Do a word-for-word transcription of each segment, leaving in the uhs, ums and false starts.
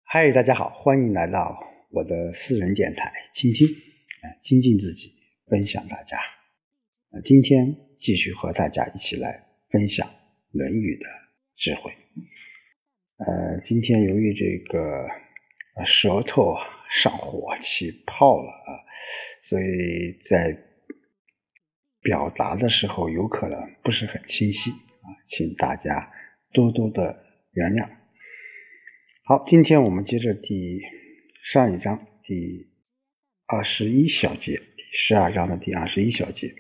嗨，大家好，欢迎来到我的私人电台，倾听，呃，精进自己，分享大家。呃，今天继续和大家一起来分享《论语》的智慧。呃，今天由于这个、呃、舌头上火起泡了啊，所以在表达的时候有可能不是很清晰啊，请大家多多的原谅。好，今天我们接着第上一章第二十一小节，第十二章的第二十一小节。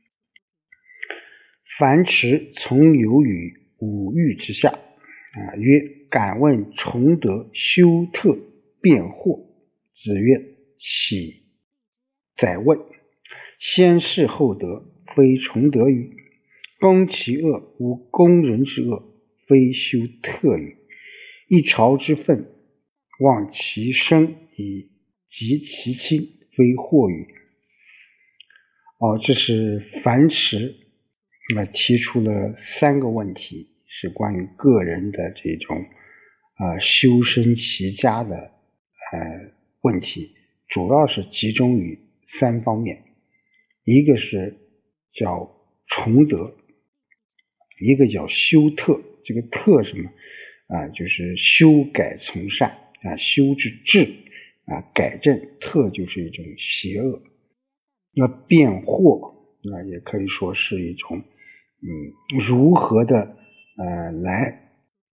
樊迟从游于五欲之下，啊，曰：敢问崇德修特辩惑。子曰：喜宰问。先事后德，非崇德与？攻其恶，无攻人之恶，非修特与？一朝之愤，忘其生以及其亲，非惑与？哦，这是樊迟那、呃、提出了三个问题，是关于个人的这种呃修身齐家的呃问题，主要是集中于三方面，一个是叫崇德，一个叫修特，这个特什么啊，就是修改从善啊，修之治啊，改正，特就是一种邪恶。那辩惑那也可以说是一种嗯如何的呃来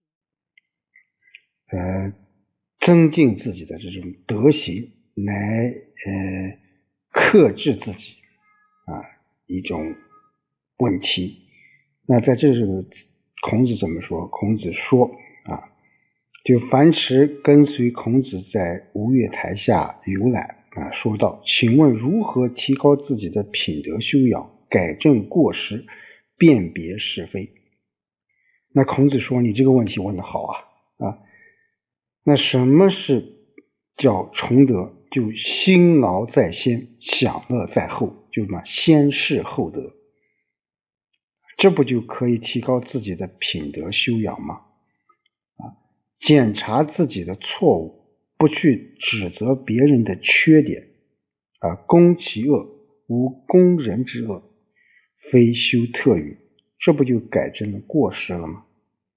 呃增进自己的这种德行，来呃克制自己啊一种问题。那在这个孔子怎么说？孔子说啊，就樊迟跟随孔子在吴越台下游览啊，说道：请问如何提高自己的品德修养，改正过失，辨别是非？那孔子说：你这个问题问得好啊啊！那什么是叫崇德？就辛劳在先，享乐在后，就什么先事后德。这不就可以提高自己的品德修养吗？啊，检查自己的错误，不去指责别人的缺点，啊，攻其恶，无攻人之恶，非修特与？这不就改正了过失了吗？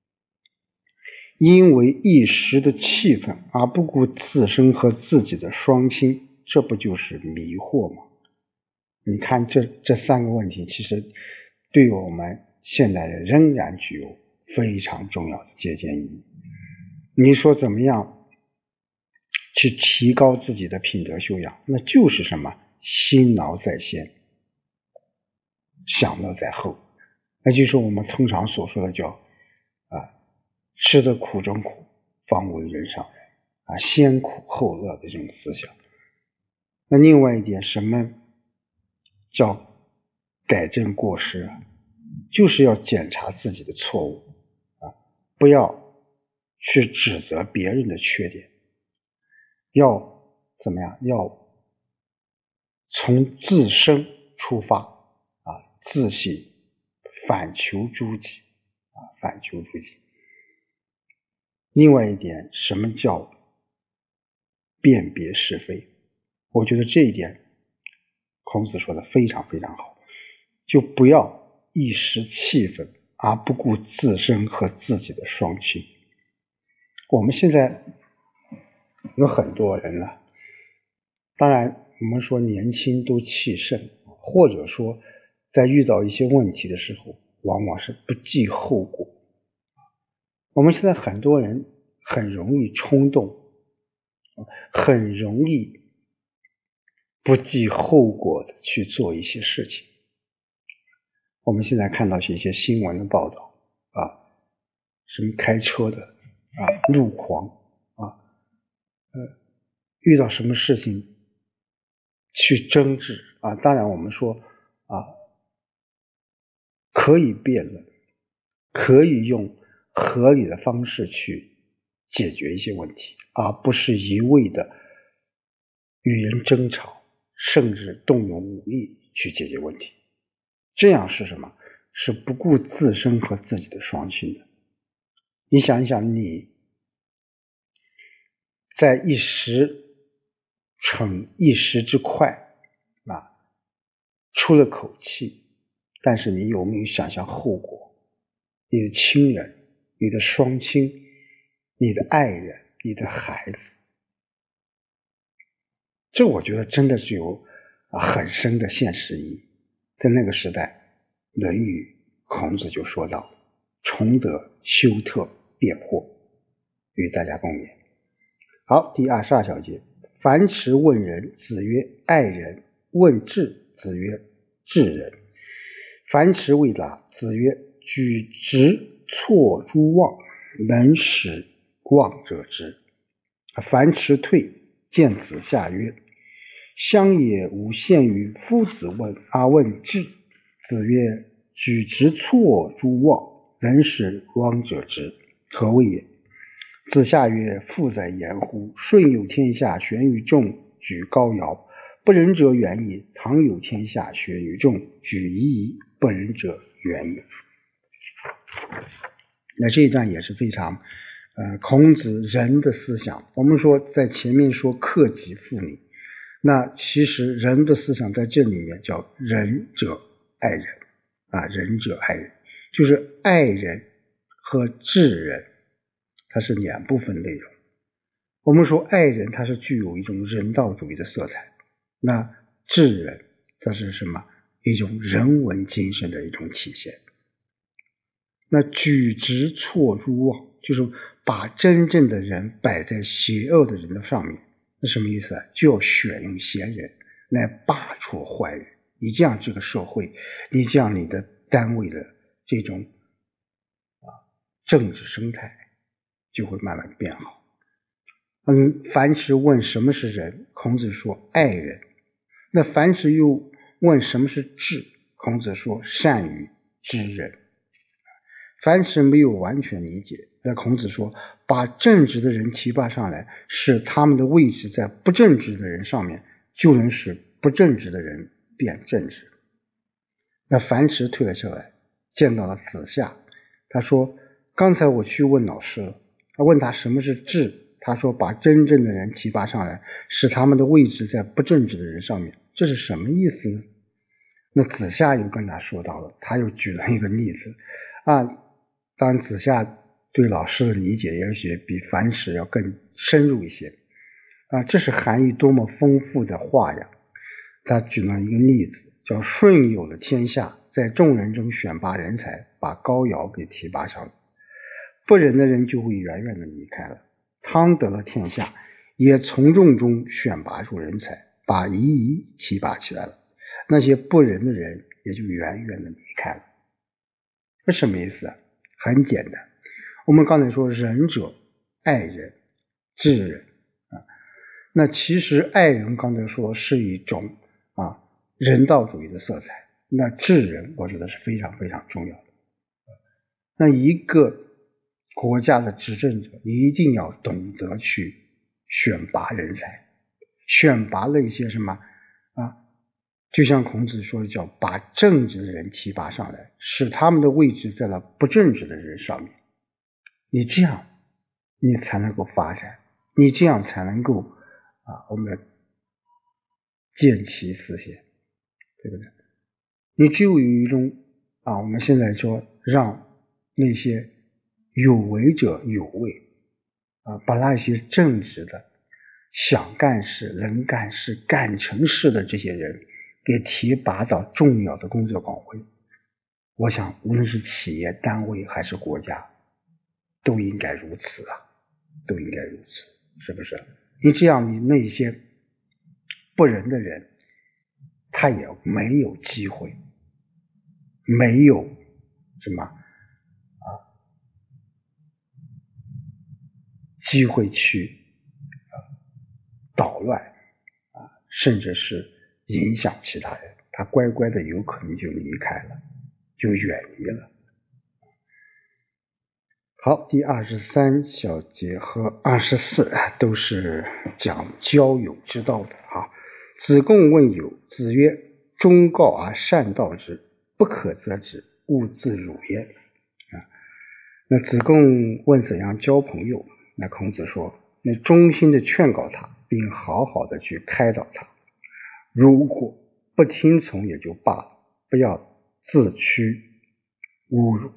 因为一时的气愤而不顾自身和自己的双亲，这不就是迷惑吗？你看这这三个问题，其实对我们现代人仍然具有非常重要的借鉴意义。你说怎么样去提高自己的品德修养？那就是什么？辛劳在先，享乐在后。那就是我们通常所说的叫啊，吃得苦中苦，方为人上人啊，先苦后乐的这种思想。那另外一点，什么叫改正过失啊？就是要检查自己的错误啊，不要去指责别人的缺点，要怎么样？要从自身出发啊，自省，反求诸己啊，反求诸己。另外一点，什么叫辨别是非？我觉得这一点孔子说的非常非常好，就不要一时气愤而不顾自身和自己的双亲。我们现在有很多人了，当然我们说年轻都气盛，或者说在遇到一些问题的时候往往是不计后果。我们现在很多人很容易冲动，很容易不计后果的去做一些事情。我们现在看到一些新闻的报道啊，什么开车的啊，路狂啊，呃，遇到什么事情去争执啊，当然我们说啊，可以辩论，可以用合理的方式去解决一些问题，而不是一味的与人争吵，甚至动用武力去解决问题。这样是什么？是不顾自身和自己的双亲的。你想一想，你在一时逞一时之快啊，出了口气，但是你有没有想象后果？你的亲人，你的双亲，你的爱人，你的孩子，这我觉得真的是有很深的现实意义。在那个时代，《论语》孔子就说到：崇德修特辩惑，与大家共勉。好，第二十二小节，樊迟问仁，子曰爱人；问智，子曰智人。樊迟未答，子曰举直错诸妄，能使妄者知。樊迟退，见子夏曰：乡野无限于夫子问，而问智。子曰：举直错诸妄，能使妄者知，何谓也？子夏曰：富在言乎！舜有天下，玄于众，举高尧。不仁者远矣。唐有天下，玄于众，举夷夷。不仁者远矣。那这一段也是非常呃，孔子仁的思想。我们说在前面说克己复礼，那其实仁的思想在这里面叫仁者爱人啊，仁者爱人，就是爱人和治人它是两部分内容。我们说爱人它是具有一种人道主义的色彩，那治人这是什么？一种人文精神的一种体现。那举直错诸妄，就是把真正的人摆在邪恶的人的上面。那什么意思啊？就要选用贤人来罢黜坏人。你这样这个社会，你这样你的单位的这种啊政治生态就会慢慢变好。嗯，樊迟问什么是仁，孔子说爱人。那樊迟又问什么是智，孔子说善于知人。樊迟没有完全理解，那孔子说把正直的人提拔上来，使他们的位置在不正直的人上面，就能使不正直的人变正直。那樊迟退了下来，见到了子夏，他说刚才我去问老师了，他问他什么是智，他说把真正的人提拔上来，使他们的位置在不正直的人上面，这是什么意思呢？那子夏又跟他说到了，他又举了一个例子啊。当然子夏对老师的理解也许比樊迟要更深入一些啊，这是含义多么丰富的话呀。他举了一个例子，叫舜有了天下，在众人中选拔人才，把高尧给提拔上了，不仁的人就会远远的离开了。汤得了天下，也从众中选拔出人才，把夷夷提拔起来了，那些不仁的人也就远远的离开了。这什么意思啊？很简单，我们刚才说仁者爱人治人啊，那其实爱人刚才说是一种啊人道主义的色彩，那治人我觉得是非常非常重要的。那一个国家的执政者一定要懂得去选拔人才，选拔了一些什么啊？就像孔子说的叫把正直的人提拔上来，使他们的位置在了不正直的人上面。你这样你才能够发展，你这样才能够啊，我们见其思贤，对不对？你只有一种啊，我们现在说让那些有为者有为啊，把那些正直的想干事能干事干成事的这些人给提拔到重要的工作岗位，我想无论是企业单位还是国家都应该如此啊，都应该如此，是不是？你这样你那些不仁的人他也没有机会，没有什么啊机会去啊捣乱啊，甚至是影响其他人，他乖乖的有可能就离开了，就远离了。好，第二十三小节和二十四都是讲交友之道的啊。子贡问友，子曰：忠告而善道之，不可则止，勿自辱焉。啊，那子贡问怎样交朋友，那孔子说， 你衷心的劝告他，并好好的去开导他。如果不听从也就罢了，不要自屈侮辱。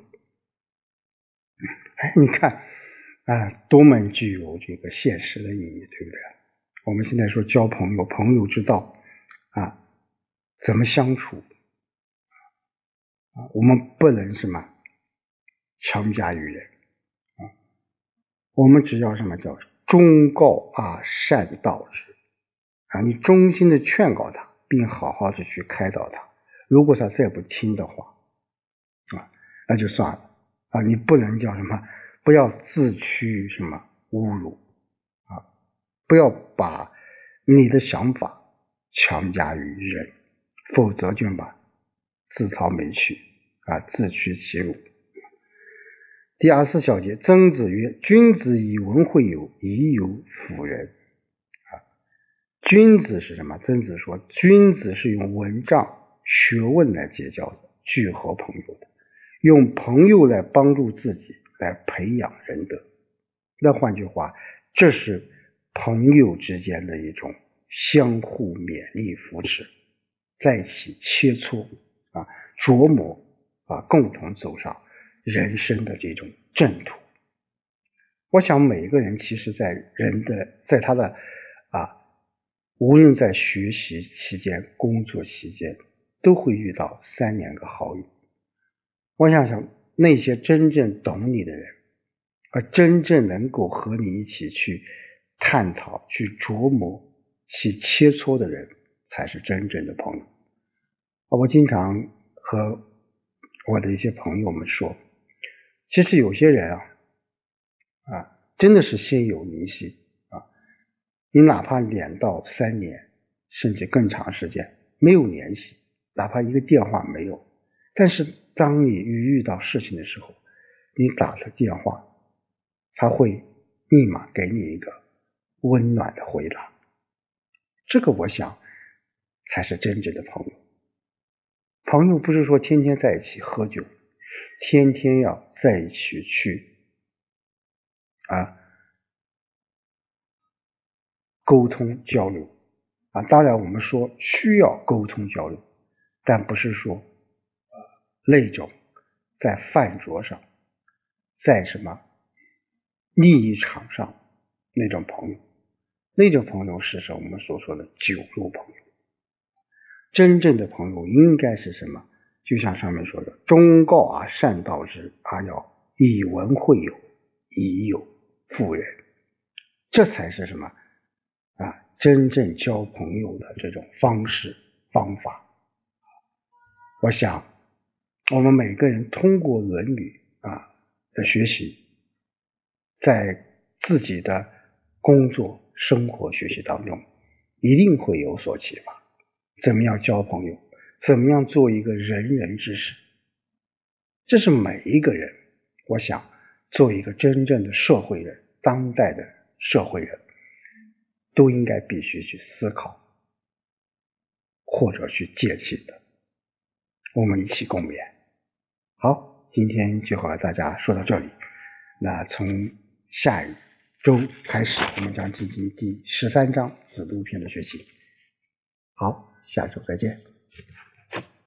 哎，你看啊，多么具有这个现实的意义，对不对？我们现在说交朋友，朋友之道啊，怎么相处啊？我们不能什么强加于人啊，我们只要什么叫忠告啊，善道之啊，你衷心的劝告他，并好好的去开导他。如果他再不听的话啊，那就算了啊，你不能叫什么，不要自屈什么侮辱啊，不要把你的想法强加于人，否则就把自讨没趣啊，自取其辱。第二十四小节，曾子曰：君子以文会友，以友辅仁。啊，君子是什么？曾子说，君子是用文章学问来结交的，聚合朋友的，用朋友来帮助自己，来培养仁德。那换句话，这是朋友之间的一种相互勉励扶持，在一起切磋啊，琢磨啊，共同走上人生的这种正途。我想每一个人其实在人的在他的啊，无论在学习期间、工作期间，都会遇到三两个好友。我想想，那些真正懂你的人，而真正能够和你一起去探讨、去琢磨、去切磋的人，才是真正的朋友。我经常和我的一些朋友们说，其实有些人啊，啊，真的是心有灵犀啊。你哪怕两到三年，甚至更长时间没有联系，哪怕一个电话没有，但是当你遇到事情的时候，你打了电话，他会立马给你一个温暖的回答。这个我想才是真正的朋友。朋友不是说天天在一起喝酒，天天要在一起去啊沟通交流啊。当然我们说需要沟通交流，但不是说呃那种在饭桌上，在什么利益场上那种朋友。那种朋友是我们所说的酒肉朋友。真正的朋友应该是什么？就像上面说的，忠告啊，善道之，啊要以文会友，以友辅仁。这才是什么啊？真正交朋友的这种方式方法。我想我们每个人通过《论语》啊的学习，在自己的工作生活学习当中一定会有所启发。怎么样交朋友，怎么样做一个仁人之士，这是每一个人，我想做一个真正的社会人，当代的社会人都应该必须去思考或者去践行的。我们一起共勉。好，今天就和大家说到这里。那从下一周开始，我们将进行第十三章子路篇的学习。好，下周再见。